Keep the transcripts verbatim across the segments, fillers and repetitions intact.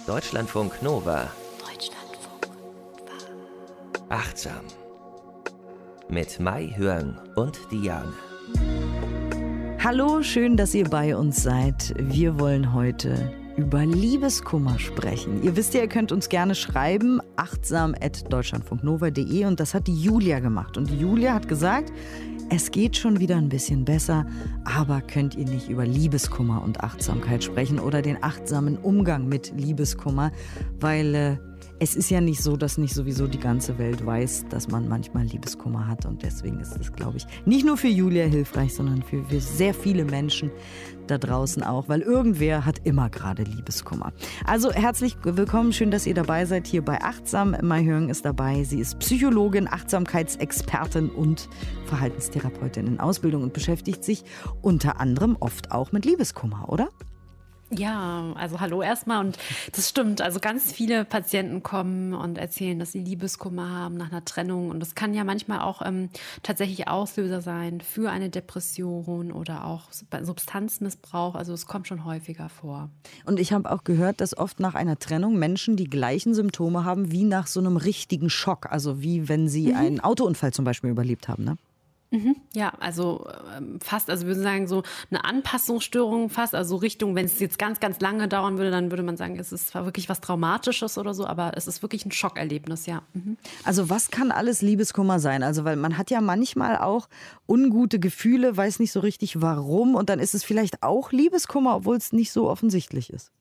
Deutschlandfunk Nova. Deutschlandfunk Nova. Achtsam. Mit Mai Hörn und Diane. Hallo, schön, dass ihr bei uns seid. Wir wollen heute über Liebeskummer sprechen. Ihr wisst ja, ihr könnt uns gerne schreiben, achtsam at deutschlandfunknova punkt de, und das hat die Julia gemacht. Und die Julia hat gesagt, es geht schon wieder ein bisschen besser, aber könnt ihr nicht über Liebeskummer und Achtsamkeit sprechen oder den achtsamen Umgang mit Liebeskummer, weil äh, es ist ja nicht so, dass nicht sowieso die ganze Welt weiß, dass man manchmal Liebeskummer hat, und deswegen ist es, glaube ich, nicht nur für Julia hilfreich, sondern für, für sehr viele Menschen da draußen auch, weil irgendwer hat immer gerade Liebeskummer. Also herzlich willkommen, schön, dass ihr dabei seid hier bei Achtsam. Mai Hörn ist dabei. Sie ist Psychologin, Achtsamkeitsexpertin und Verhaltenstherapeutin in Ausbildung und beschäftigt sich unter anderem oft auch mit Liebeskummer, oder? Ja, also hallo erstmal, und das stimmt, also ganz viele Patienten kommen und erzählen, dass sie Liebeskummer haben nach einer Trennung, und das kann ja manchmal auch ähm, tatsächlich Auslöser sein für eine Depression oder auch Substanzmissbrauch, also es kommt schon häufiger vor. Und ich habe auch gehört, dass oft nach einer Trennung Menschen die gleichen Symptome haben wie nach so einem richtigen Schock, also wie wenn sie mhm. einen Autounfall zum Beispiel überlebt haben, ne? Mhm, ja, also ähm, fast, also wir würden sagen, so eine Anpassungsstörung fast, also Richtung, wenn es jetzt ganz, ganz lange dauern würde, dann würde man sagen, es ist zwar wirklich was Traumatisches oder so, aber es ist wirklich ein Schockerlebnis, ja. Mhm. Also was kann alles Liebeskummer sein? Also weil man hat ja manchmal auch ungute Gefühle, weiß nicht so richtig warum, und dann ist es vielleicht auch Liebeskummer, obwohl es nicht so offensichtlich ist.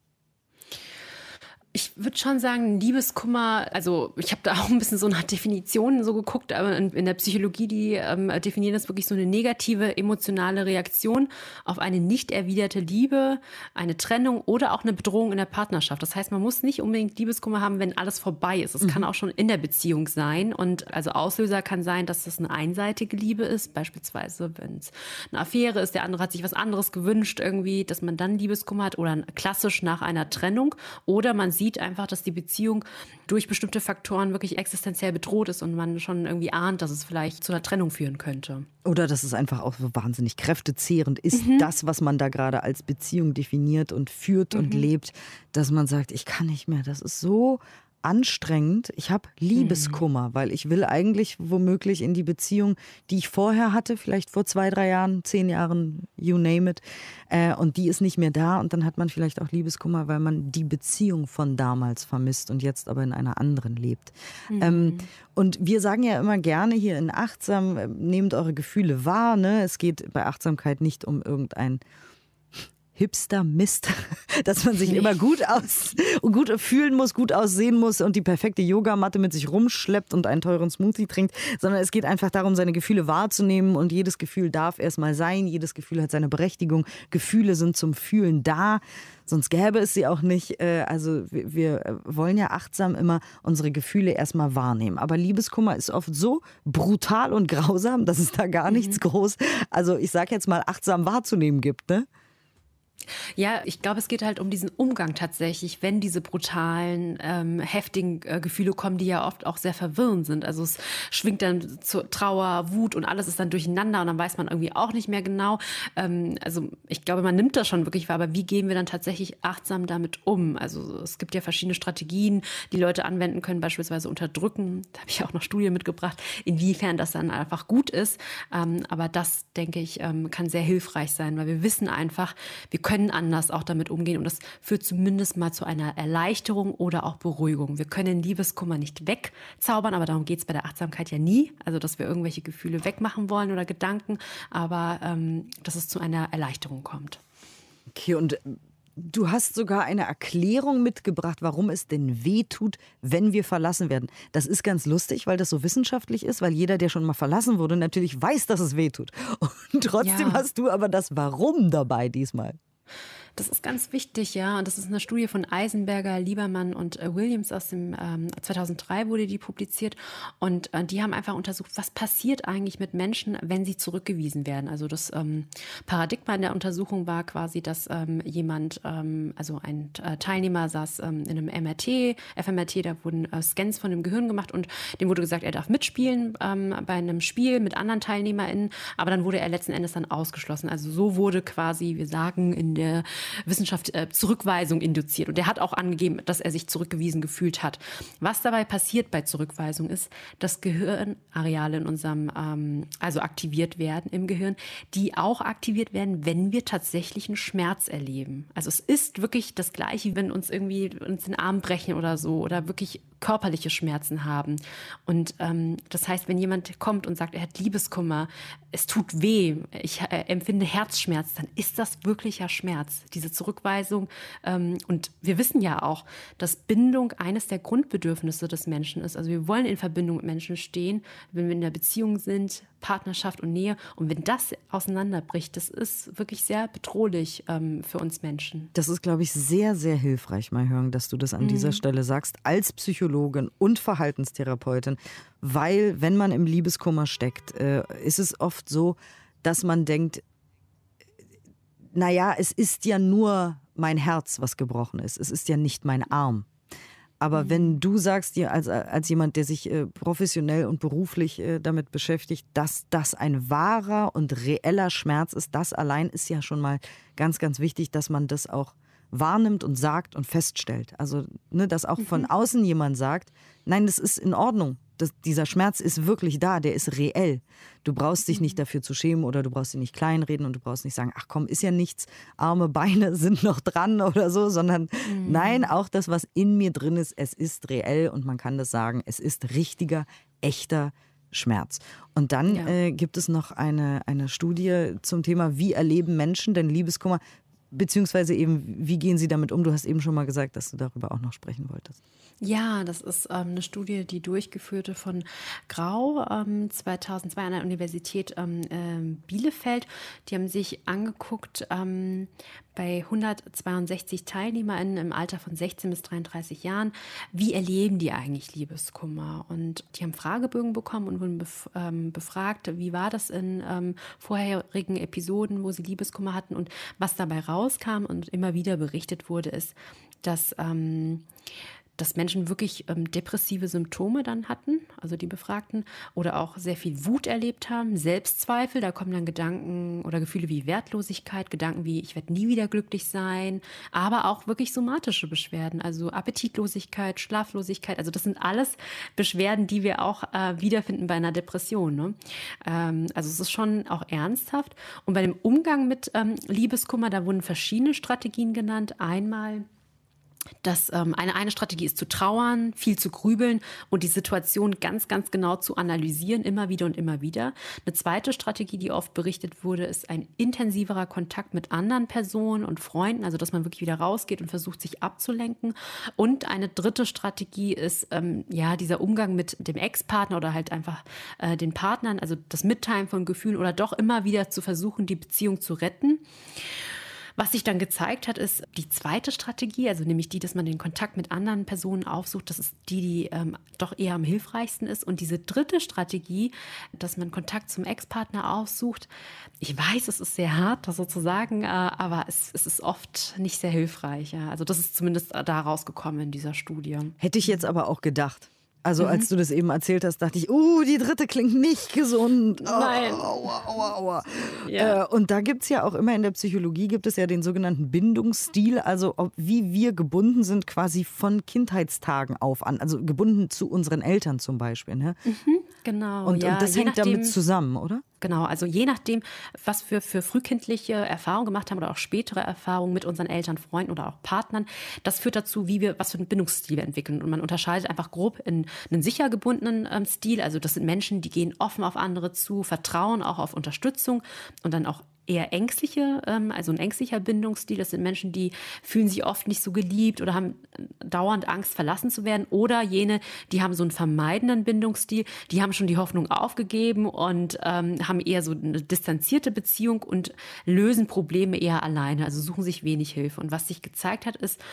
Ich würde schon sagen, Liebeskummer, also ich habe da auch ein bisschen so nach Definitionen so geguckt, aber in, in der Psychologie, die ähm, definieren das wirklich so eine negative emotionale Reaktion auf eine nicht erwiderte Liebe, eine Trennung oder auch eine Bedrohung in der Partnerschaft. Das heißt, man muss nicht unbedingt Liebeskummer haben, wenn alles vorbei ist. Es mhm. kann auch schon in der Beziehung sein, und also Auslöser kann sein, dass das eine einseitige Liebe ist, beispielsweise wenn es eine Affäre ist, der andere hat sich was anderes gewünscht irgendwie, dass man dann Liebeskummer hat, oder klassisch nach einer Trennung, oder man sieht einfach, dass die Beziehung durch bestimmte Faktoren wirklich existenziell bedroht ist und man schon irgendwie ahnt, dass es vielleicht zu einer Trennung führen könnte. Oder dass es einfach auch so wahnsinnig kräftezehrend ist, mhm. das, was man da gerade als Beziehung definiert und führt mhm. und lebt, dass man sagt, ich kann nicht mehr, das ist so anstrengend. Ich habe Liebeskummer, mhm. weil ich will eigentlich womöglich in die Beziehung, die ich vorher hatte, vielleicht vor zwei, drei Jahren, zehn Jahren, you name it, äh, und die ist nicht mehr da, und dann hat man vielleicht auch Liebeskummer, weil man die Beziehung von damals vermisst und jetzt aber in einer anderen lebt. Mhm. Ähm, und wir sagen ja immer gerne hier in Achtsam, äh, nehmt eure Gefühle wahr, ne? Es geht bei Achtsamkeit nicht um irgendein Hipster-Mist, dass man sich immer gut aus, gut fühlen muss, gut aussehen muss und die perfekte Yogamatte mit sich rumschleppt und einen teuren Smoothie trinkt, sondern es geht einfach darum, seine Gefühle wahrzunehmen, und jedes Gefühl darf erstmal sein, jedes Gefühl hat seine Berechtigung, Gefühle sind zum Fühlen da, sonst gäbe es sie auch nicht. Also wir wollen ja achtsam immer unsere Gefühle erstmal wahrnehmen, aber Liebeskummer ist oft so brutal und grausam, dass es da gar nichts mhm. groß, also ich sag jetzt mal, achtsam wahrzunehmen gibt, ne? Ja, ich glaube, es geht halt um diesen Umgang tatsächlich, wenn diese brutalen, ähm, heftigen äh, Gefühle kommen, die ja oft auch sehr verwirrend sind. Also es schwingt dann zur Trauer, Wut, und alles ist dann durcheinander, und dann weiß man irgendwie auch nicht mehr genau. Ähm, also ich glaube, man nimmt das schon wirklich wahr, aber wie gehen wir dann tatsächlich achtsam damit um? Also es gibt ja verschiedene Strategien, die Leute anwenden können, beispielsweise unterdrücken. Da habe ich auch noch Studien mitgebracht, inwiefern das dann einfach gut ist. Ähm, aber das, denke ich, ähm, kann sehr hilfreich sein, weil wir wissen einfach, wir können anders auch damit umgehen, und das führt zumindest mal zu einer Erleichterung oder auch Beruhigung. Wir können Liebeskummer nicht wegzaubern, aber darum geht es bei der Achtsamkeit ja nie, also dass wir irgendwelche Gefühle wegmachen wollen oder Gedanken, aber ähm, dass es zu einer Erleichterung kommt. Okay, und du hast sogar eine Erklärung mitgebracht, warum es denn weh tut, wenn wir verlassen werden. Das ist ganz lustig, weil das so wissenschaftlich ist, weil jeder, der schon mal verlassen wurde, natürlich weiß, dass es weh tut. Und trotzdem ja. hast du aber das Warum dabei diesmal. Das ist ganz wichtig, ja. Und das ist eine Studie von Eisenberger, Liebermann und äh, Williams aus dem ähm, zweitausenddrei wurde die publiziert. Und äh, die haben einfach untersucht, was passiert eigentlich mit Menschen, wenn sie zurückgewiesen werden. Also das ähm, Paradigma in der Untersuchung war quasi, dass ähm, jemand, ähm, also ein äh, Teilnehmer saß ähm, in einem M R T, F M R T, da wurden äh, Scans von dem Gehirn gemacht, und dem wurde gesagt, er darf mitspielen ähm, bei einem Spiel mit anderen TeilnehmerInnen, aber dann wurde er letzten Endes dann ausgeschlossen. Also so wurde quasi, wir sagen in der Wissenschaft äh, Zurückweisung induziert. Und der hat auch angegeben, dass er sich zurückgewiesen gefühlt hat. Was dabei passiert bei Zurückweisung ist, dass Gehirnareale in unserem, ähm, also aktiviert werden im Gehirn, die auch aktiviert werden, wenn wir tatsächlich einen Schmerz erleben. Also es ist wirklich das Gleiche, wenn uns irgendwie uns den Arm brechen oder so oder wirklich körperliche Schmerzen haben. Und ähm, das heißt, wenn jemand kommt und sagt, er hat Liebeskummer, es tut weh, ich äh, empfinde Herzschmerz, dann ist das wirklicher Schmerz, diese Zurückweisung. Ähm, und wir wissen ja auch, dass Bindung eines der Grundbedürfnisse des Menschen ist. Also wir wollen in Verbindung mit Menschen stehen, wenn wir in der Beziehung sind, Partnerschaft und Nähe. Und wenn das auseinanderbricht, das ist wirklich sehr bedrohlich ähm, für uns Menschen. Das ist, glaube ich, sehr, sehr hilfreich, Mai-Huang, dass du das an mhm. dieser Stelle sagst, als Psychologin und Verhaltenstherapeutin. Weil, wenn man im Liebeskummer steckt, äh, ist es oft so, dass man denkt, naja, es ist ja nur mein Herz, was gebrochen ist. Es ist ja nicht mein Arm. Aber mhm. wenn du sagst, dir als, als jemand, der sich äh, professionell und beruflich äh, damit beschäftigt, dass das ein wahrer und reeller Schmerz ist, das allein ist ja schon mal ganz, ganz wichtig, dass man das auch wahrnimmt und sagt und feststellt. Also, ne, dass auch mhm. von außen jemand sagt, nein, das ist in Ordnung. Das, dieser Schmerz ist wirklich da, der ist reell. Du brauchst dich nicht dafür zu schämen oder du brauchst dich nicht kleinreden und du brauchst nicht sagen, ach komm, ist ja nichts, Arme, Beine sind noch dran oder so, sondern mhm. nein, auch das, was in mir drin ist, es ist reell und man kann das sagen, es ist richtiger, echter Schmerz. Und dann ja. äh, gibt es noch eine, eine Studie zum Thema, wie erleben Menschen denn Liebeskummer, beziehungsweise eben, wie gehen sie damit um? Du hast eben schon mal gesagt, dass du darüber auch noch sprechen wolltest. Ja, das ist ähm, eine Studie, die durchgeführte von Grau ähm, zweitausendzwei an der Universität ähm, äh, Bielefeld. Die haben sich angeguckt ähm, bei hundertzweiundsechzig TeilnehmerInnen im Alter von sechzehn bis dreiunddreißig Jahren, wie erleben die eigentlich Liebeskummer? Und die haben Fragebögen bekommen und wurden bef- ähm, befragt, wie war das in ähm, vorherigen Episoden, wo sie Liebeskummer hatten und was dabei rauskam und immer wieder berichtet wurde, ist, dass ähm, dass Menschen wirklich ähm, depressive Symptome dann hatten, also die Befragten, oder auch sehr viel Wut erlebt haben, Selbstzweifel, da kommen dann Gedanken oder Gefühle wie Wertlosigkeit, Gedanken wie, ich werde nie wieder glücklich sein, aber auch wirklich somatische Beschwerden, also Appetitlosigkeit, Schlaflosigkeit, also das sind alles Beschwerden, die wir auch äh, wiederfinden bei einer Depression. Ne? Ähm, also es ist schon auch ernsthaft. Und bei dem Umgang mit ähm, Liebeskummer, da wurden verschiedene Strategien genannt. Einmal Das, ähm, eine, eine Strategie ist zu trauern, viel zu grübeln und die Situation ganz, ganz genau zu analysieren, immer wieder und immer wieder. Eine zweite Strategie, die oft berichtet wurde, ist ein intensiverer Kontakt mit anderen Personen und Freunden, also dass man wirklich wieder rausgeht und versucht, sich abzulenken. Und eine dritte Strategie ist ähm, ja dieser Umgang mit dem Ex-Partner oder halt einfach äh, den Partnern, also das Mitteilen von Gefühlen oder doch immer wieder zu versuchen, die Beziehung zu retten. Was sich dann gezeigt hat, ist die zweite Strategie, also nämlich die, dass man den Kontakt mit anderen Personen aufsucht. Das ist die, die ähm, doch eher am hilfreichsten ist. Und diese dritte Strategie, dass man Kontakt zum Ex-Partner aufsucht, ich weiß, es ist sehr hart, das so zu sagen, äh, aber es, es ist oft nicht sehr hilfreich. Ja. Also das ist zumindest da rausgekommen in dieser Studie. Hätte ich jetzt aber auch gedacht. Also mhm. als du das eben erzählt hast, dachte ich, uh, die dritte klingt nicht gesund. Oh, Nein. Aua, aua, aua. Ja. Äh, und da gibt es ja auch immer in der Psychologie, gibt es ja den sogenannten Bindungsstil, also ob, wie wir gebunden sind quasi von Kindheitstagen auf an, also gebunden zu unseren Eltern zum Beispiel. Ne? Mhm, genau. Und, ja, und das hängt nachdem, damit zusammen, oder? Genau, also je nachdem, was wir für frühkindliche Erfahrungen gemacht haben oder auch spätere Erfahrungen mit unseren Eltern, Freunden oder auch Partnern, das führt dazu, wie wir, was für einen Bindungsstil wir entwickeln. Und man unterscheidet einfach grob in einen sicher gebundenen ähm, Stil. Also das sind Menschen, die gehen offen auf andere zu, vertrauen auch auf Unterstützung und dann auch eher ängstliche, ähm, also ein ängstlicher Bindungsstil. Das sind Menschen, die fühlen sich oft nicht so geliebt oder haben dauernd Angst, verlassen zu werden. Oder jene, die haben so einen vermeidenden Bindungsstil, die haben schon die Hoffnung aufgegeben und ähm, haben eher so eine distanzierte Beziehung und lösen Probleme eher alleine, also suchen sich wenig Hilfe. Und was sich gezeigt hat, ist,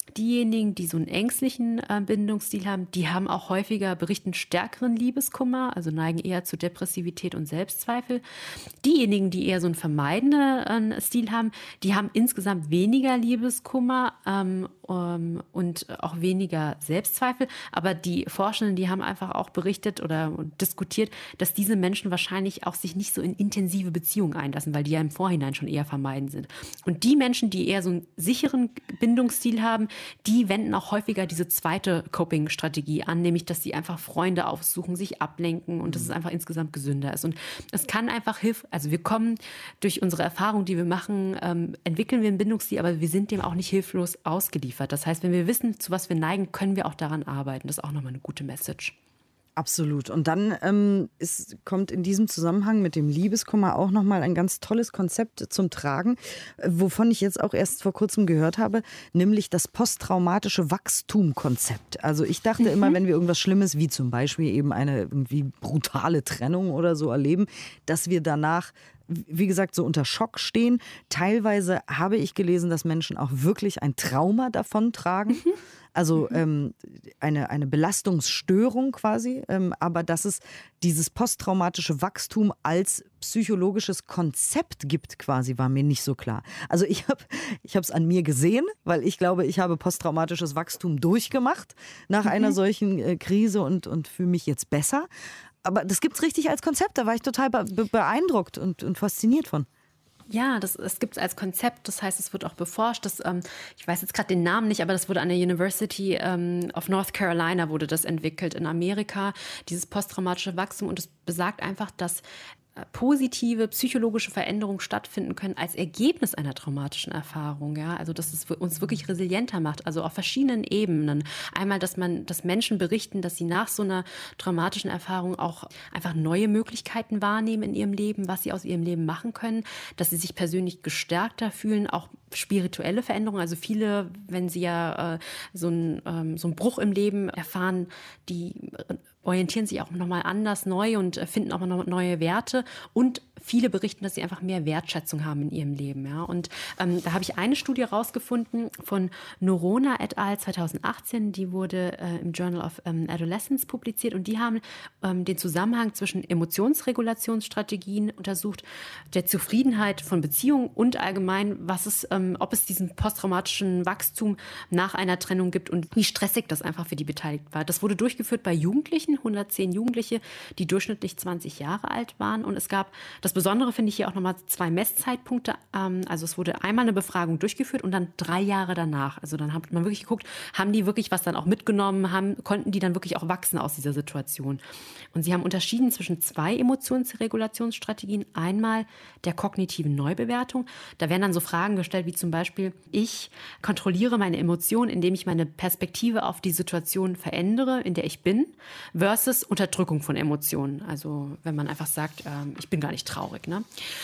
Diejenigen, die so einen ängstlichen äh, Bindungsstil haben, die haben auch häufiger, berichten stärkeren Liebeskummer, also neigen eher zu Depressivität und Selbstzweifel. Diejenigen, die eher so einen vermeidenden äh, Stil haben, die haben insgesamt weniger Liebeskummer ähm, um, und auch weniger Selbstzweifel. Aber die Forschenden, die haben einfach auch berichtet oder diskutiert, dass diese Menschen wahrscheinlich auch sich nicht so in intensive Beziehungen einlassen, weil die ja im Vorhinein schon eher vermeiden sind. Und die Menschen, die eher so einen sicheren Bindungsstil haben, die wenden auch häufiger diese zweite Coping-Strategie an, nämlich, dass sie einfach Freunde aufsuchen, sich ablenken und dass es einfach insgesamt gesünder ist. Und es kann einfach Hilfe, also wir kommen durch unsere Erfahrung, die wir machen, ähm, entwickeln wir einen Bindungsstil, aber wir sind dem auch nicht hilflos ausgeliefert. Das heißt, wenn wir wissen, zu was wir neigen, können wir auch daran arbeiten. Das ist auch nochmal eine gute Message. Absolut. Und dann ähm, ist, kommt in diesem Zusammenhang mit dem Liebeskummer auch nochmal ein ganz tolles Konzept zum Tragen, wovon ich jetzt auch erst vor kurzem gehört habe, nämlich das posttraumatische Wachstumkonzept. Also ich dachte mhm. immer, wenn wir irgendwas Schlimmes, wie zum Beispiel eben eine irgendwie brutale Trennung oder so erleben, dass wir danach, wie gesagt, so unter Schock stehen. Teilweise habe ich gelesen, dass Menschen auch wirklich ein Trauma davon tragen. Mhm. Also ähm, eine, eine Belastungsstörung quasi, ähm, aber dass es dieses posttraumatische Wachstum als psychologisches Konzept gibt quasi, war mir nicht so klar. Also ich habe ich habe es an mir gesehen, weil ich glaube, ich habe posttraumatisches Wachstum durchgemacht nach mhm. einer solchen äh, Krise und, und fühle mich jetzt besser. Aber das gibt es richtig als Konzept, da war ich total be- beeindruckt und, und fasziniert von. Ja, das, das gibt es als Konzept, das heißt, es wird auch beforscht. Das, ähm, ich weiß jetzt gerade den Namen nicht, aber das wurde an der University ähm, of North Carolina wurde das entwickelt in Amerika, dieses posttraumatische Wachstum. Und es besagt einfach, dass positive psychologische Veränderungen stattfinden können als Ergebnis einer traumatischen Erfahrung. Ja? Also dass es uns wirklich resilienter macht, also auf verschiedenen Ebenen. Einmal, dass man, dass Menschen berichten, dass sie nach so einer traumatischen Erfahrung auch einfach neue Möglichkeiten wahrnehmen in ihrem Leben, was sie aus ihrem Leben machen können, dass sie sich persönlich gestärkter fühlen, auch spirituelle Veränderungen. Also viele, wenn sie ja äh, so, ein, ähm, so einen Bruch im Leben erfahren, die orientieren sich auch nochmal anders neu und finden auch noch neue Werte. Und viele berichten, dass sie einfach mehr Wertschätzung haben in ihrem Leben. Ja. Und ähm, da habe ich eine Studie rausgefunden von Noronha et al. zweitausendachtzehn. Die wurde äh, im Journal of ähm, Adolescence publiziert. Und die haben ähm, den Zusammenhang zwischen Emotionsregulationsstrategien untersucht, der Zufriedenheit von Beziehungen und allgemein, was es, ähm, ob es diesen posttraumatischen Wachstum nach einer Trennung gibt und wie stressig das einfach für die Beteiligten war. Das wurde durchgeführt bei Jugendlichen, hundertzehn Jugendliche, die durchschnittlich zwanzig Jahre alt waren. Und es gab, das Besondere finde ich hier auch nochmal zwei Messzeitpunkte. Also es wurde einmal eine Befragung durchgeführt und dann drei Jahre danach. Also dann hat man wirklich geguckt, haben die wirklich was dann auch mitgenommen, haben, konnten die dann wirklich auch wachsen aus dieser Situation. Und sie haben unterschieden zwischen zwei Emotionsregulationsstrategien. Einmal der kognitiven Neubewertung. Da werden dann so Fragen gestellt wie zum Beispiel, ich kontrolliere meine Emotionen, indem ich meine Perspektive auf die Situation verändere, in der ich bin, versus Unterdrückung von Emotionen. Also wenn man einfach sagt, ähm, ich bin gar nicht traurig. Ne?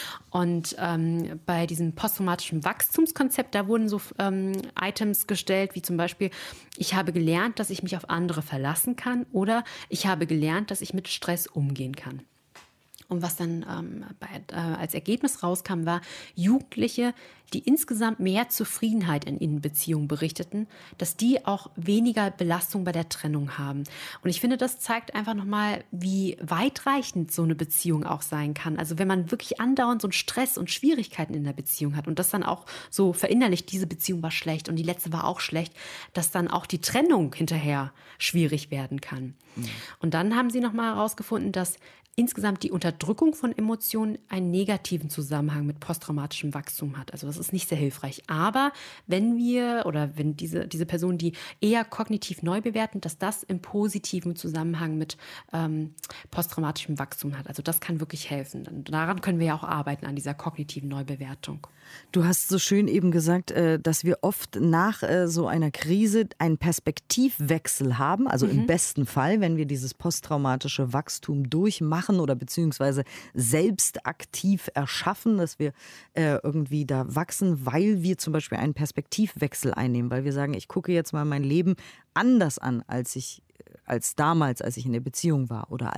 Und ähm, bei diesem posttraumatischen Wachstumskonzept, da wurden so ähm, Items gestellt, wie zum Beispiel, ich habe gelernt, dass ich mich auf andere verlassen kann oder ich habe gelernt, dass ich mit Stress umgehen kann. Und was dann ähm, bei, äh, als Ergebnis rauskam, war, Jugendliche, die insgesamt mehr Zufriedenheit in ihren Beziehungen berichteten, dass die auch weniger Belastung bei der Trennung haben. Und ich finde, das zeigt einfach nochmal, wie weitreichend so eine Beziehung auch sein kann. Also wenn man wirklich andauernd so einen Stress und Schwierigkeiten in der Beziehung hat und das dann auch so verinnerlicht, diese Beziehung war schlecht und die letzte war auch schlecht, dass dann auch die Trennung hinterher schwierig werden kann. Mhm. Und dann haben sie nochmal herausgefunden, dass insgesamt die Unterdrückung von Emotionen einen negativen Zusammenhang mit posttraumatischem Wachstum hat. Also das ist nicht sehr hilfreich. Aber wenn wir oder wenn diese, diese Personen, die eher kognitiv neu bewerten, dass das im positiven Zusammenhang mit ähm, posttraumatischem Wachstum hat. Also das kann wirklich helfen. Und daran können wir ja auch arbeiten, an dieser kognitiven Neubewertung. Du hast so schön eben gesagt, dass wir oft nach so einer Krise einen Perspektivwechsel haben. Also mhm. im besten Fall, wenn wir dieses posttraumatische Wachstum durchmachen oder beziehungsweise selbst aktiv erschaffen, dass wir äh, irgendwie da wachsen, weil wir zum Beispiel einen Perspektivwechsel einnehmen, weil wir sagen, ich gucke jetzt mal mein Leben anders an, als ich als damals, als ich in der Beziehung war oder als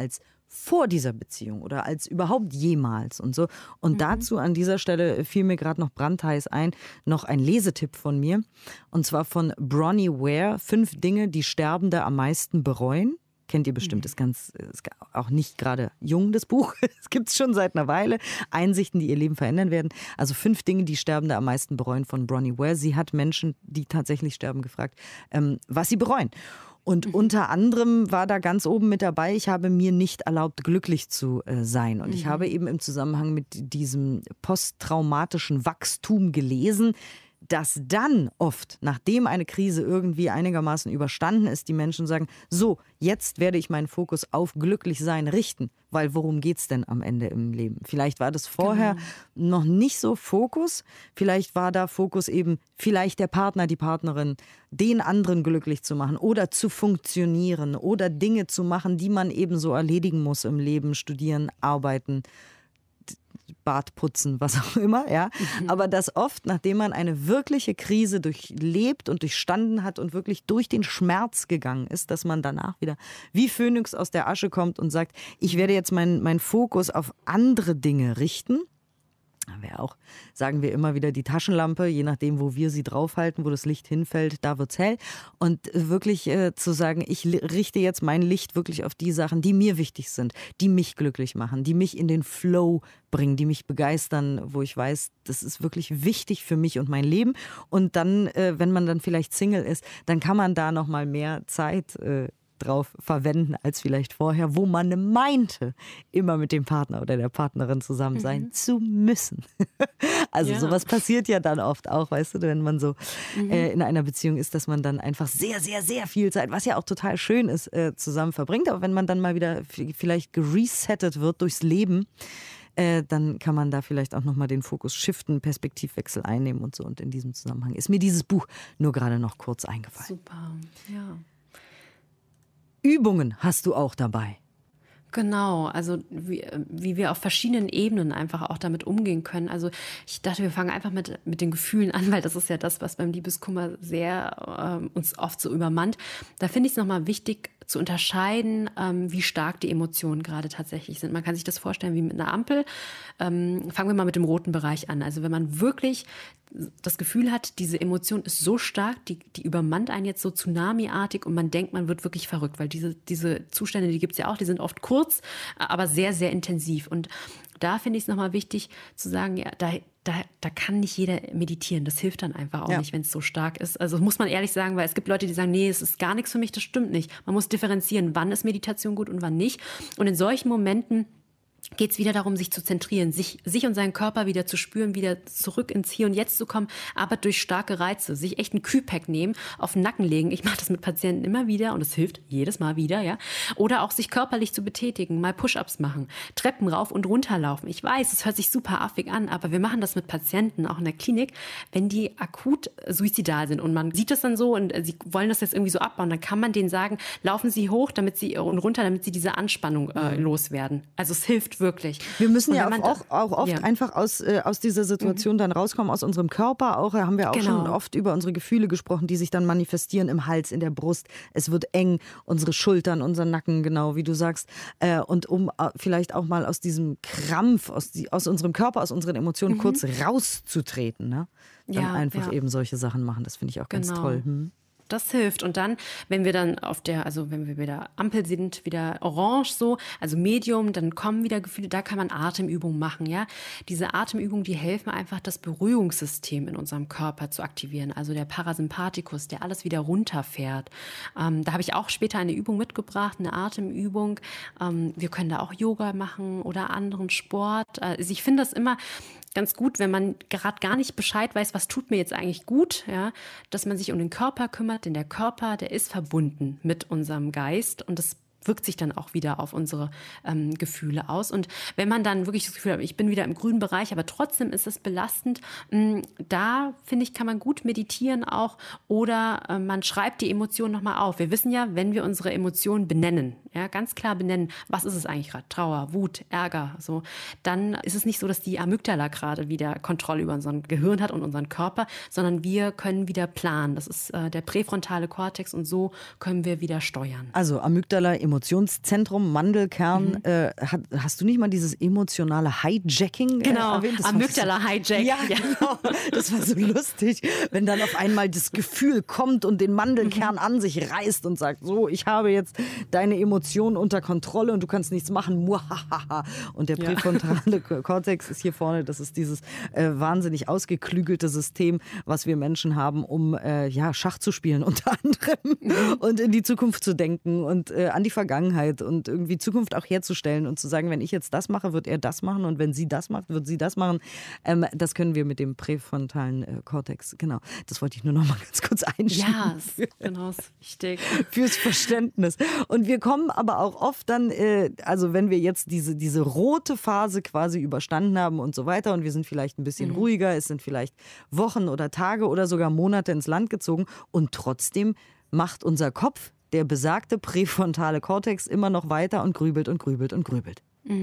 vor dieser Beziehung oder als überhaupt jemals und so. Und mhm. dazu an dieser Stelle fiel mir gerade noch brandheiß ein, noch ein Lesetipp von mir. Und zwar von Bronnie Ware, Fünf Dinge, die Sterbende am meisten bereuen. Kennt ihr bestimmt, ist ganz, ist auch nicht gerade jung, das Buch. Es gibt es schon seit einer Weile. Einsichten, die ihr Leben verändern werden. Also fünf Dinge, die Sterbende am meisten bereuen von Bronnie Ware. Sie hat Menschen, die tatsächlich sterben, gefragt, ähm, was sie bereuen. Und mhm. unter anderem war da ganz oben mit dabei, ich habe mir nicht erlaubt, glücklich zu äh, sein. Und mhm. ich habe eben im Zusammenhang mit diesem posttraumatischen Wachstum gelesen, dass dann oft, nachdem eine Krise irgendwie einigermaßen überstanden ist, die Menschen sagen, so, jetzt werde ich meinen Fokus auf Glücklichsein richten. Weil worum geht es denn am Ende im Leben? Vielleicht war das vorher genau. noch nicht so Fokus. Vielleicht war da Fokus eben, vielleicht der Partner, die Partnerin, den anderen glücklich zu machen oder zu funktionieren oder Dinge zu machen, die man eben so erledigen muss im Leben, studieren, arbeiten, Bad putzen, was auch immer, ja. Mhm. Aber dass oft, nachdem man eine wirkliche Krise durchlebt und durchstanden hat und wirklich durch den Schmerz gegangen ist, dass man danach wieder wie Phönix aus der Asche kommt und sagt, ich werde jetzt meinen mein Fokus auf andere Dinge richten. Haben wir auch, sagen wir immer wieder, die Taschenlampe, je nachdem, wo wir sie draufhalten, wo das Licht hinfällt, da wird's hell. Und wirklich äh, zu sagen, ich richte jetzt mein Licht wirklich auf die Sachen, die mir wichtig sind, die mich glücklich machen, die mich in den Flow bringen, die mich begeistern, wo ich weiß, das ist wirklich wichtig für mich und mein Leben. Und dann, äh, wenn man dann vielleicht Single ist, dann kann man da noch mal mehr Zeit äh, drauf verwenden als vielleicht vorher, wo man meinte, immer mit dem Partner oder der Partnerin zusammen sein mhm. zu müssen. Also ja. sowas passiert ja dann oft auch, weißt du, wenn man so mhm. äh, in einer Beziehung ist, dass man dann einfach sehr, sehr, sehr viel Zeit, was ja auch total schön ist, äh, zusammen verbringt. Aber wenn man dann mal wieder vielleicht geresettet wird durchs Leben, äh, dann kann man da vielleicht auch nochmal den Fokus shiften, Perspektivwechsel einnehmen und so. Und in diesem Zusammenhang ist mir dieses Buch nur gerade noch kurz eingefallen. Super, ja. Übungen hast du auch dabei. Genau, also wie, wie wir auf verschiedenen Ebenen einfach auch damit umgehen können. Also ich dachte, wir fangen einfach mit, mit den Gefühlen an, weil das ist ja das, was beim Liebeskummer sehr ähm, uns oft so übermannt. Da finde ich es nochmal wichtig zu unterscheiden, ähm, wie stark die Emotionen gerade tatsächlich sind. Man kann sich das vorstellen wie mit einer Ampel. Ähm, fangen wir mal mit dem roten Bereich an. Also wenn man wirklich das Gefühl hat, diese Emotion ist so stark, die, die übermannt einen jetzt so tsunamiartig und man denkt, man wird wirklich verrückt, weil diese, diese Zustände, die gibt es ja auch, die sind oft kurz, aber sehr, sehr intensiv. Und da finde ich es nochmal wichtig zu sagen, ja, da, da, da kann nicht jeder meditieren. Das hilft dann einfach auch ja. nicht, wenn es so stark ist. Also muss man ehrlich sagen, weil es gibt Leute, die sagen, nee, es ist gar nichts für mich, das stimmt nicht. Man muss differenzieren, wann ist Meditation gut und wann nicht. Und in solchen Momenten geht es wieder darum, sich zu zentrieren, sich, sich und seinen Körper wieder zu spüren, wieder zurück ins Hier und Jetzt zu kommen, aber durch starke Reize, sich echt ein Kühlpack nehmen, auf den Nacken legen. Ich mache das mit Patienten immer wieder und es hilft jedes Mal wieder, ja. Oder auch sich körperlich zu betätigen, mal Push-ups machen, Treppen rauf und runter laufen. Ich weiß, es hört sich super affig an, aber wir machen das mit Patienten, auch in der Klinik, wenn die akut suizidal sind und man sieht das dann so und sie wollen das jetzt irgendwie so abbauen, dann kann man denen sagen, laufen Sie hoch, damit sie und runter, damit sie diese Anspannung äh, loswerden. Also es hilft wirklich. Wir müssen ja auch, auch oft ja. einfach aus, äh, aus dieser Situation mhm. dann rauskommen, aus unserem Körper. Auch haben wir auch genau. schon oft über unsere Gefühle gesprochen, die sich dann manifestieren im Hals, in der Brust. Es wird eng, unsere Schultern, unser Nacken, genau wie du sagst. Äh, und um äh, vielleicht auch mal aus diesem Krampf, aus, die, aus unserem Körper, aus unseren Emotionen mhm. kurz rauszutreten. Ne? Dann ja, einfach ja. eben solche Sachen machen. Das finde ich auch ganz genau. toll. Hm? Das hilft. Und dann, wenn wir dann auf der, also wenn wir wieder Ampel sind, wieder orange so, also Medium, dann kommen wieder Gefühle, da kann man Atemübungen machen, ja. Diese Atemübungen, die helfen einfach, das Beruhigungssystem in unserem Körper zu aktivieren. Also der Parasympathikus, der alles wieder runterfährt. Ähm, da habe ich auch später eine Übung mitgebracht, eine Atemübung. Ähm, wir können da auch Yoga machen oder anderen Sport. Also ich finde das immer ganz gut, wenn man gerade gar nicht Bescheid weiß, was tut mir jetzt eigentlich gut, ja, dass man sich um den Körper kümmert, denn der Körper, der ist verbunden mit unserem Geist und das wirkt sich dann auch wieder auf unsere ähm, Gefühle aus. Und wenn man dann wirklich das Gefühl hat, ich bin wieder im grünen Bereich, aber trotzdem ist es belastend, mh, da, finde ich, kann man gut meditieren auch oder äh, man schreibt die Emotionen nochmal auf. Wir wissen ja, wenn wir unsere Emotionen benennen, ja, ganz klar benennen, was ist es eigentlich gerade, Trauer, Wut, Ärger, so, dann ist es nicht so, dass die Amygdala gerade wieder Kontrolle über unseren Gehirn hat und unseren Körper, sondern wir können wieder planen. Das ist äh, der präfrontale Kortex und so können wir wieder steuern. Also Amygdala, Emotionen Emotionszentrum, Mandelkern. Mhm. Äh, hat, hast du nicht mal dieses emotionale Hijacking genau. äh, erwähnt? Genau, Amygdala-Hijack. Ja, ja, genau. Das war so lustig, wenn dann auf einmal das Gefühl kommt und den Mandelkern mhm. an sich reißt und sagt, so, ich habe jetzt deine Emotionen unter Kontrolle und du kannst nichts machen. Muahaha. Und der präfrontale ja. Kortex ist hier vorne, das ist dieses äh, wahnsinnig ausgeklügelte System, was wir Menschen haben, um äh, ja, Schach zu spielen unter anderem mhm. und in die Zukunft zu denken und äh, an die Vergangenheit und irgendwie Zukunft auch herzustellen und zu sagen, wenn ich jetzt das mache, wird er das machen und wenn sie das macht, wird sie das machen. Ähm, das können wir mit dem präfrontalen äh, Kortex. Genau, das wollte ich nur noch mal ganz kurz einschieben. Ja, für, genau, ist wichtig. Fürs Verständnis. Und wir kommen aber auch oft dann, äh, also wenn wir jetzt diese, diese rote Phase quasi überstanden haben und so weiter und wir sind vielleicht ein bisschen mhm. ruhiger, es sind vielleicht Wochen oder Tage oder sogar Monate ins Land gezogen und trotzdem macht unser Kopf, der besagte präfrontale Kortex, immer noch weiter und grübelt und grübelt und grübelt.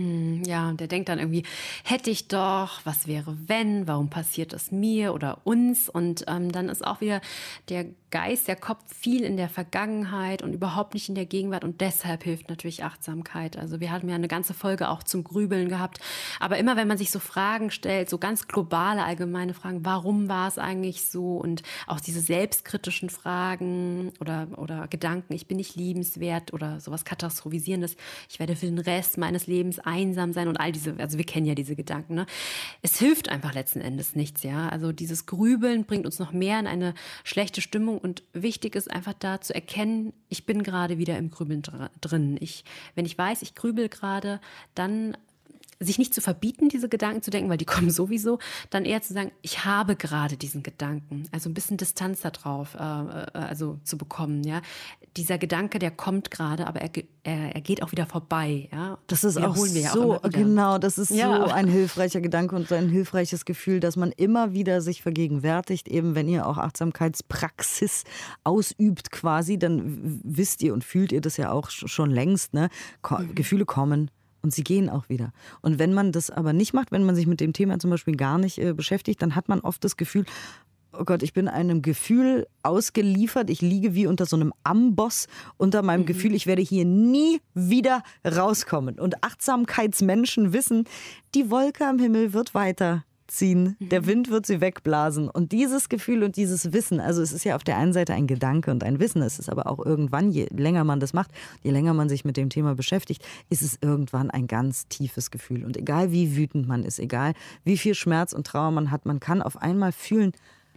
Ja, der denkt dann irgendwie, hätte ich doch, was wäre wenn, warum passiert das mir oder uns? Und ähm, dann ist auch wieder der Geist, der Kopf viel in der Vergangenheit und überhaupt nicht in der Gegenwart und deshalb hilft natürlich Achtsamkeit. Also wir hatten ja eine ganze Folge auch zum Grübeln gehabt, aber immer wenn man sich so Fragen stellt, so ganz globale, allgemeine Fragen, warum war es eigentlich so und auch diese selbstkritischen Fragen oder, oder Gedanken, ich bin nicht liebenswert oder sowas Katastrophisierendes, ich werde für den Rest meines Lebens einsam sein und all diese, also wir kennen ja diese Gedanken, ne? Es hilft einfach letzten Endes nichts, ja. Also dieses Grübeln bringt uns noch mehr in eine schlechte Stimmung und wichtig ist einfach da zu erkennen, ich bin gerade wieder im Grübeln drin. Ich, wenn ich weiß, ich grübel gerade, dann sich nicht zu verbieten, diese Gedanken zu denken, weil die kommen sowieso, dann eher zu sagen, ich habe gerade diesen Gedanken. Also ein bisschen Distanz da drauf, äh, also zu bekommen, ja. Dieser Gedanke, der kommt gerade, aber er, er, er geht auch wieder vorbei, ja. Das ist auch wir so, auch genau, das ist ja. so ein hilfreicher Gedanke und so ein hilfreiches Gefühl, dass man immer wieder sich vergegenwärtigt, eben wenn ihr auch Achtsamkeitspraxis ausübt quasi, dann wisst ihr und fühlt ihr das ja auch schon längst, ne? Ko- mhm. Gefühle kommen. Und sie gehen auch wieder. Und wenn man das aber nicht macht, wenn man sich mit dem Thema zum Beispiel gar nicht äh, beschäftigt, dann hat man oft das Gefühl, oh Gott, ich bin einem Gefühl ausgeliefert, ich liege wie unter so einem Amboss unter meinem mhm. Gefühl, ich werde hier nie wieder rauskommen. Und Achtsamkeitsmenschen wissen, die Wolke am Himmel wird weiter ziehen. Der Wind wird sie wegblasen. Und dieses Gefühl und dieses Wissen, also es ist ja auf der einen Seite ein Gedanke und ein Wissen, es ist aber auch irgendwann, je länger man das macht, je länger man sich mit dem Thema beschäftigt, ist es irgendwann ein ganz tiefes Gefühl. Und egal wie wütend man ist, egal wie viel Schmerz und Trauer man hat, man kann auf einmal fühlen,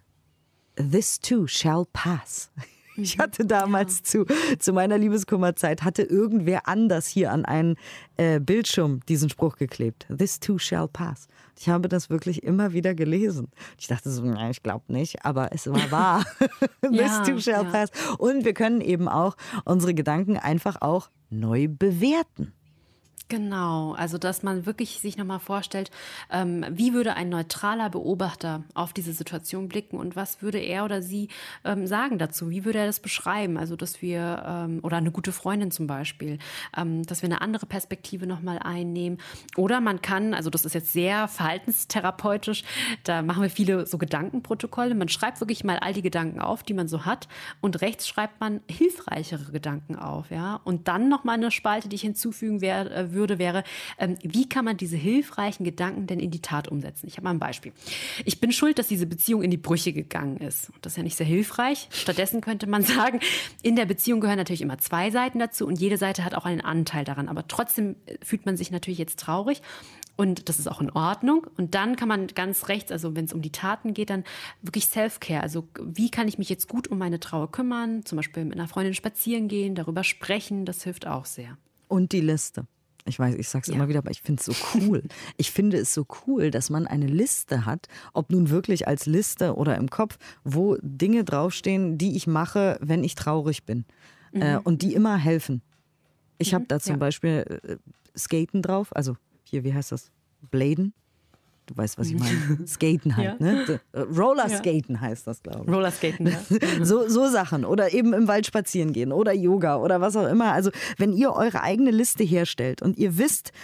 this too shall pass. Ich hatte damals ja. zu, zu meiner Liebeskummerzeit, hatte irgendwer anders hier an einen äh, Bildschirm diesen Spruch geklebt. This too shall pass. Ich habe das wirklich immer wieder gelesen. Ich dachte so, nein, ich glaube nicht, aber es war wahr. This ja, too shall ja. pass. Und wir können eben auch unsere Gedanken einfach auch neu bewerten. Genau, also dass man wirklich sich nochmal vorstellt, ähm, wie würde ein neutraler Beobachter auf diese Situation blicken und was würde er oder sie ähm, sagen dazu? Wie würde er das beschreiben? Also dass wir, ähm, oder eine gute Freundin zum Beispiel, ähm, dass wir eine andere Perspektive nochmal einnehmen. Oder man kann, also das ist jetzt sehr verhaltenstherapeutisch, da machen wir viele so Gedankenprotokolle. Man schreibt wirklich mal all die Gedanken auf, die man so hat und rechts schreibt man hilfreichere Gedanken auf, ja. Und dann nochmal eine Spalte, die ich hinzufügen werde, würde, wäre, ähm, wie kann man diese hilfreichen Gedanken denn in die Tat umsetzen? Ich habe mal ein Beispiel. Ich bin schuld, dass diese Beziehung in die Brüche gegangen ist. Das ist ja nicht sehr hilfreich. Stattdessen könnte man sagen, in der Beziehung gehören natürlich immer zwei Seiten dazu und jede Seite hat auch einen Anteil daran. Aber trotzdem fühlt man sich natürlich jetzt traurig. Und das ist auch in Ordnung. Und dann kann man ganz rechts, also wenn es um die Taten geht, dann wirklich Self-Care. Also wie kann ich mich jetzt gut um meine Trauer kümmern? Zum Beispiel mit einer Freundin spazieren gehen, darüber sprechen. Das hilft auch sehr. Und die Liste. Ich weiß, ich sag's ja. immer wieder, aber ich finde es so cool. Ich finde es so cool, dass man eine Liste hat, ob nun wirklich als Liste oder im Kopf, wo Dinge draufstehen, die ich mache, wenn ich traurig bin. Mhm. Äh, und die immer helfen. Ich mhm. habe da zum ja. Beispiel äh, Skaten drauf, also hier, wie heißt das? Bladen. Du weißt, was ich meine. Skaten halt, ja. ne? Rollerskaten ja. heißt das, glaube ich. Rollerskaten, ja. so, so Sachen. Oder eben im Wald spazieren gehen oder Yoga oder was auch immer. Also wenn ihr eure eigene Liste herstellt und ihr wisst,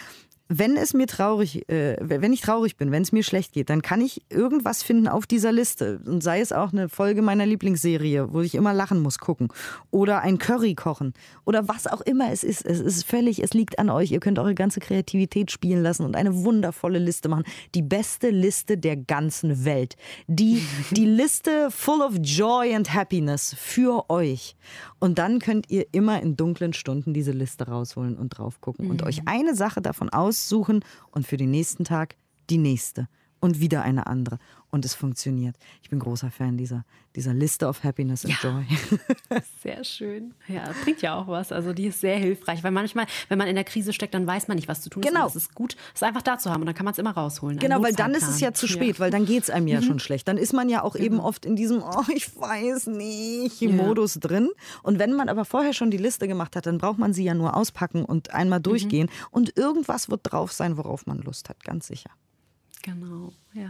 wenn es mir traurig, äh, wenn ich traurig bin, wenn es mir schlecht geht, dann kann ich irgendwas finden auf dieser Liste. Und sei es auch eine Folge meiner Lieblingsserie, wo ich immer lachen muss, gucken. Oder ein Curry kochen. Oder was auch immer es ist. Es ist völlig, es liegt an euch. Ihr könnt eure ganze Kreativität spielen lassen und eine wundervolle Liste machen. Die beste Liste der ganzen Welt. Die, die Liste full of joy and happiness für euch. Und dann könnt ihr immer in dunklen Stunden diese Liste rausholen und drauf gucken. Mhm. Und euch eine Sache davon aussuchen und für den nächsten Tag die nächste. Und wieder eine andere. Und es funktioniert. Ich bin großer Fan dieser, dieser Liste of Happiness and ja. Joy. Sehr schön. Ja, bringt ja auch was. Also die ist sehr hilfreich. Weil manchmal, wenn man in der Krise steckt, dann weiß man nicht, was zu tun ist. Genau. Und es ist gut, es einfach da zu haben. Und dann kann man es immer rausholen. Genau, weil dann ist es ja zu spät. Ja. Weil dann geht es einem ja mhm. schon schlecht. Dann ist man ja auch genau. eben oft in diesem, oh, ich weiß nicht, ja. Modus drin. Und wenn man aber vorher schon die Liste gemacht hat, dann braucht man sie ja nur auspacken und einmal durchgehen. Mhm. Und irgendwas wird drauf sein, worauf man Lust hat. Ganz sicher. Genau, ja.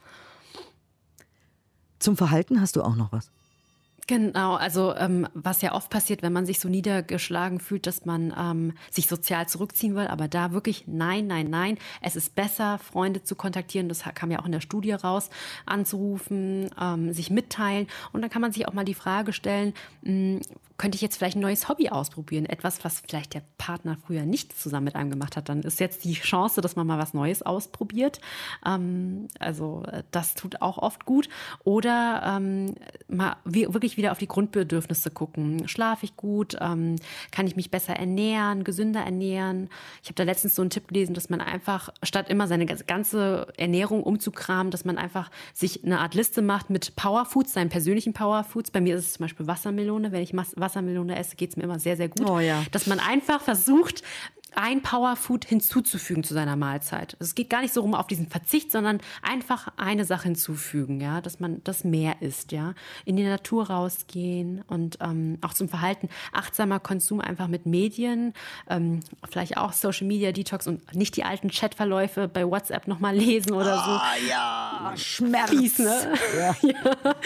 Zum Verhalten hast du auch noch was? Genau, also ähm, was ja oft passiert, wenn man sich so niedergeschlagen fühlt, dass man ähm, sich sozial zurückziehen will, aber da wirklich nein, nein, nein. Es ist besser, Freunde zu kontaktieren, das kam ja auch in der Studie raus, anzurufen, ähm, sich mitteilen und dann kann man sich auch mal die Frage stellen, mh, könnte ich jetzt vielleicht ein neues Hobby ausprobieren, etwas, was vielleicht der Partner früher nicht zusammen mit einem gemacht hat, dann ist jetzt die Chance, dass man mal was Neues ausprobiert. Ähm, also das tut auch oft gut. Oder ähm, mal wirklich wieder auf die Grundbedürfnisse gucken. Schlafe ich gut? Ähm, kann ich mich besser ernähren, gesünder ernähren? Ich habe da letztens so einen Tipp gelesen, dass man einfach, statt immer seine ganze Ernährung umzukramen, dass man einfach sich eine Art Liste macht mit Powerfoods, seinen persönlichen Powerfoods. Bei mir ist es zum Beispiel Wassermelone. Wenn ich Wassermelone esse, geht es mir immer sehr, sehr gut. Oh ja. Dass man einfach versucht, ein Powerfood hinzuzufügen zu seiner Mahlzeit. Es geht gar nicht so rum auf diesen Verzicht, sondern einfach eine Sache hinzufügen, ja, dass man das mehr isst, ja, in die Natur rausgehen und ähm, auch zum Verhalten achtsamer Konsum einfach mit Medien, ähm, vielleicht auch Social Media Detox und nicht die alten Chatverläufe bei WhatsApp nochmal lesen oder so. Ah ja, Schmerz. Fies, ne? Ja. ja.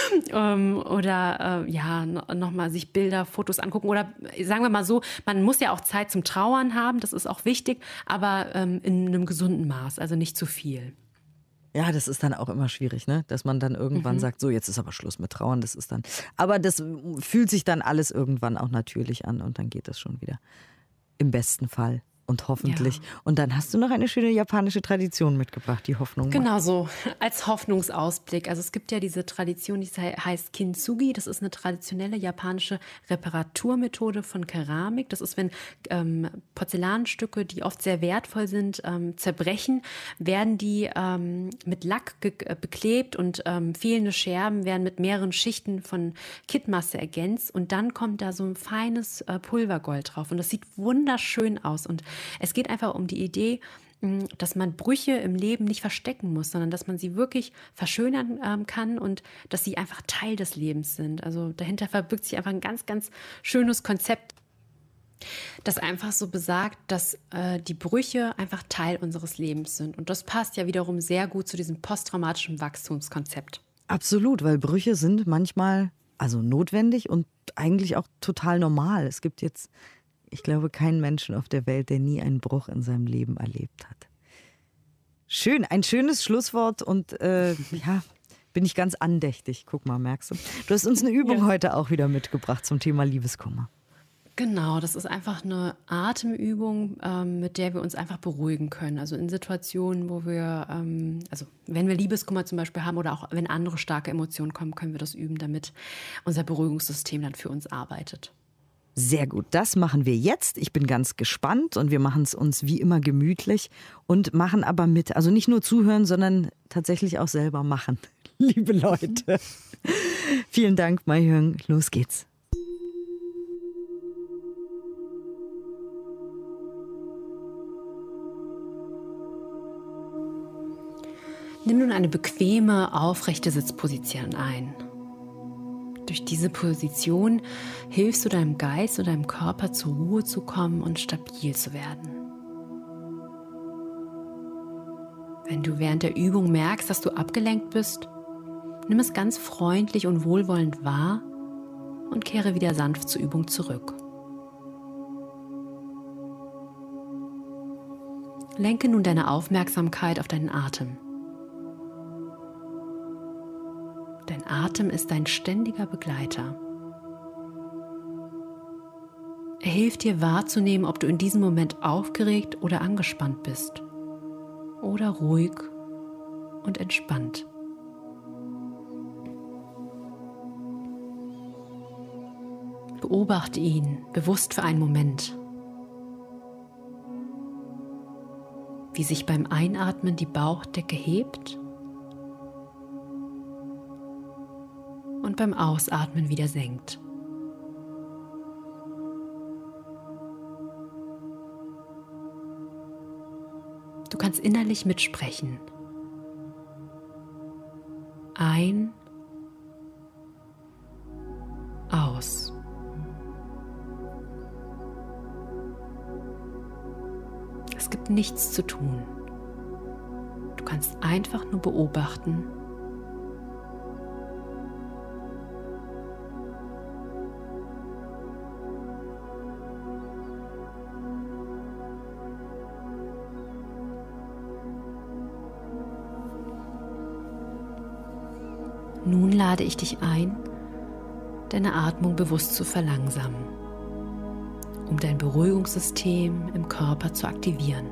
ähm, oder äh, ja, nochmal sich Bilder, Fotos angucken oder sagen wir mal so, man muss ja auch Zeit zum Trauern haben. Haben, das ist auch wichtig, aber ähm, in einem gesunden Maß, also nicht zu viel. Ja, das ist dann auch immer schwierig, ne? Dass man dann irgendwann mhm. sagt, so jetzt ist aber Schluss mit Trauern, das ist dann, aber das fühlt sich dann alles irgendwann auch natürlich an und dann geht das schon wieder. Im besten Fall. Und hoffentlich. Ja. Und dann hast du noch eine schöne japanische Tradition mitgebracht, die Hoffnung. Genau so, als Hoffnungsausblick. Also es gibt ja diese Tradition, die heißt Kintsugi. Das ist eine traditionelle japanische Reparaturmethode von Keramik. Das ist, wenn ähm, Porzellanstücke, die oft sehr wertvoll sind, ähm, zerbrechen, werden die ähm, mit Lack ge- beklebt und ähm, fehlende Scherben werden mit mehreren Schichten von Kittmasse ergänzt. Und dann kommt da so ein feines äh, Pulvergold drauf. Und das sieht wunderschön aus. Und es geht einfach um die Idee, dass man Brüche im Leben nicht verstecken muss, sondern dass man sie wirklich verschönern ähm, kann und dass sie einfach Teil des Lebens sind. Also dahinter verbirgt sich einfach ein ganz, ganz schönes Konzept, das einfach so besagt, dass äh, die Brüche einfach Teil unseres Lebens sind. Und das passt ja wiederum sehr gut zu diesem posttraumatischen Wachstumskonzept. Absolut, weil Brüche sind manchmal also notwendig und eigentlich auch total normal. Es gibt jetzt Ich glaube, keinen Menschen auf der Welt, der nie einen Bruch in seinem Leben erlebt hat. Schön, ein schönes Schlusswort und äh, ja, bin ich ganz andächtig. Guck mal, merkst du? Du hast uns eine Übung ja. heute auch wieder mitgebracht zum Thema Liebeskummer. Genau, das ist einfach eine Atemübung, ähm, mit der wir uns einfach beruhigen können. Also in Situationen, wo wir, ähm, also wenn wir Liebeskummer zum Beispiel haben oder auch wenn andere starke Emotionen kommen, können wir das üben, damit unser Beruhigungssystem dann für uns arbeitet. Sehr gut, das machen wir jetzt. Ich bin ganz gespannt und wir machen es uns wie immer gemütlich und machen aber mit. Also nicht nur zuhören, sondern tatsächlich auch selber machen. Liebe Leute. Vielen Dank, Mai Hyung. Los geht's. Nimm nun eine bequeme, aufrechte Sitzposition ein. Durch diese Position hilfst du deinem Geist und deinem Körper zur Ruhe zu kommen und stabil zu werden. Wenn du während der Übung merkst, dass du abgelenkt bist, nimm es ganz freundlich und wohlwollend wahr und kehre wieder sanft zur Übung zurück. Lenke nun deine Aufmerksamkeit auf deinen Atem. Dein Atem ist dein ständiger Begleiter. Er hilft dir wahrzunehmen, ob du in diesem Moment aufgeregt oder angespannt bist oder ruhig und entspannt. Beobachte ihn bewusst für einen Moment, wie sich beim Einatmen die Bauchdecke hebt und beim Ausatmen wieder senkt. Du kannst innerlich mitsprechen. Ein, aus. Es gibt nichts zu tun. Du kannst einfach nur beobachten Nun lade ich dich ein, deine Atmung bewusst zu verlangsamen, um dein Beruhigungssystem im Körper zu aktivieren.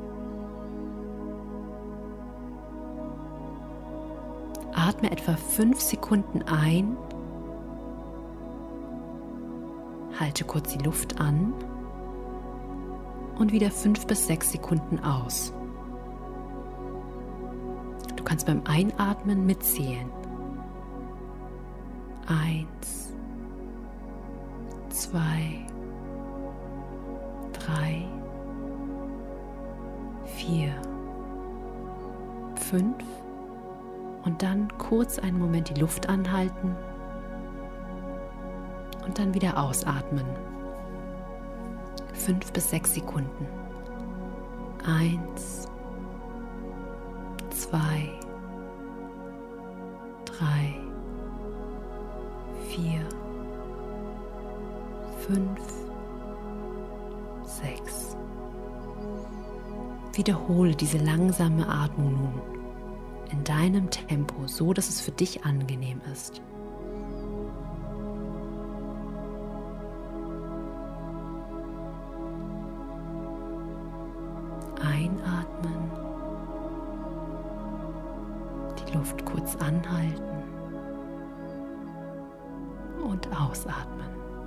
Atme etwa fünf Sekunden ein, halte kurz die Luft an und wieder fünf bis sechs Sekunden aus. Du kannst beim Einatmen mitzählen. Eins, zwei, drei, vier, fünf und dann kurz einen Moment die Luft anhalten und dann wieder ausatmen. Fünf bis sechs Sekunden. Eins, zwei, drei, vier, fünf, sechs. Wiederhole diese langsame Atmung nun in deinem Tempo, so dass es für dich angenehm ist. Einatmen, die Luft kurz anhalten und ausatmen.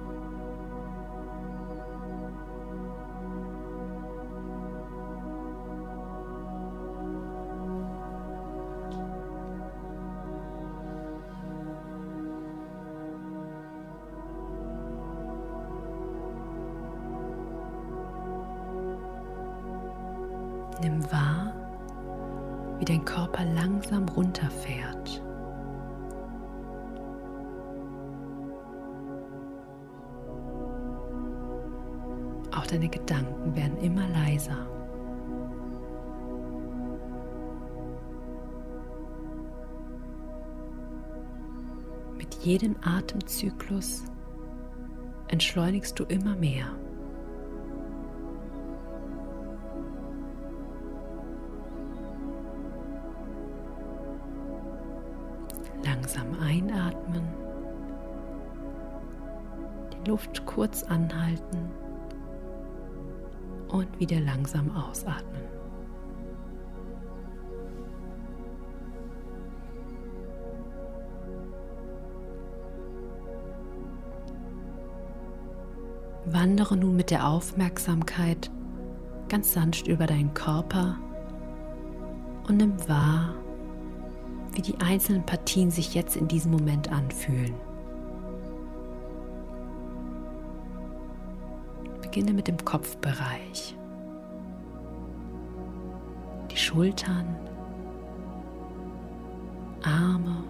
Nimm wahr, wie dein Körper langsam runterfährt. Auch deine Gedanken werden immer leiser. Mit jedem Atemzyklus entschleunigst du immer mehr. Langsam einatmen, die Luft kurz anhalten und wieder langsam ausatmen. Wandere nun mit der Aufmerksamkeit ganz sanft über deinen Körper und nimm wahr, wie die einzelnen Partien sich jetzt in diesem Moment anfühlen. Beginne mit dem Kopfbereich. Die Schultern, Arme,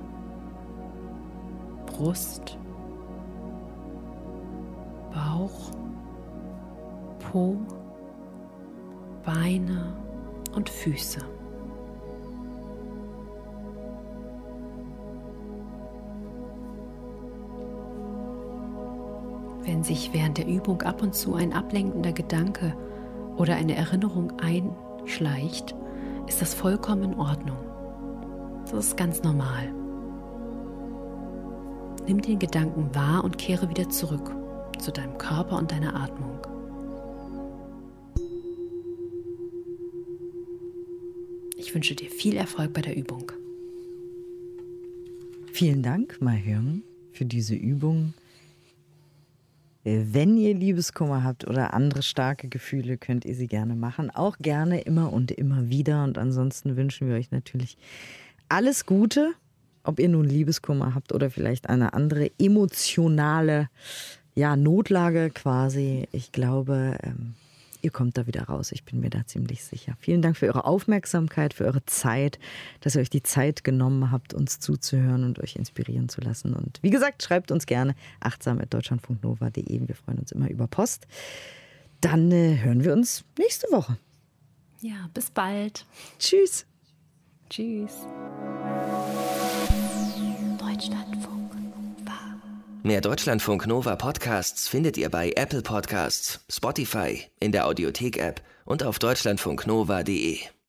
Brust, Bauch, Po, Beine und Füße. Wenn sich während der Übung ab und zu ein ablenkender Gedanke oder eine Erinnerung ein- schleicht, ist das vollkommen in Ordnung. Das ist ganz normal. Nimm den Gedanken wahr und kehre wieder zurück zu deinem Körper und deiner Atmung. Ich wünsche dir viel Erfolg bei der Übung. Vielen Dank, Mai Hyung, für diese Übung. Wenn ihr Liebeskummer habt oder andere starke Gefühle, könnt ihr sie gerne machen. Auch gerne immer und immer wieder. Und ansonsten wünschen wir euch natürlich alles Gute, ob ihr nun Liebeskummer habt oder vielleicht eine andere emotionale ja, Notlage quasi. Ich glaube, ähm, ihr kommt da wieder raus. Ich bin mir da ziemlich sicher. Vielen Dank für eure Aufmerksamkeit, für eure Zeit, dass ihr euch die Zeit genommen habt, uns zuzuhören und euch inspirieren zu lassen. Und wie gesagt, schreibt uns gerne achtsam at deutschlandfunknova punkt de. Wir freuen uns immer über Post. Dann äh, hören wir uns nächste Woche. Ja, bis bald. Tschüss. Tschüss. Deutschlandfunk Nova. Mehr Deutschlandfunk Nova Podcasts findet ihr bei Apple Podcasts, Spotify, in der Audiothek-App und auf deutschlandfunknova punkt de.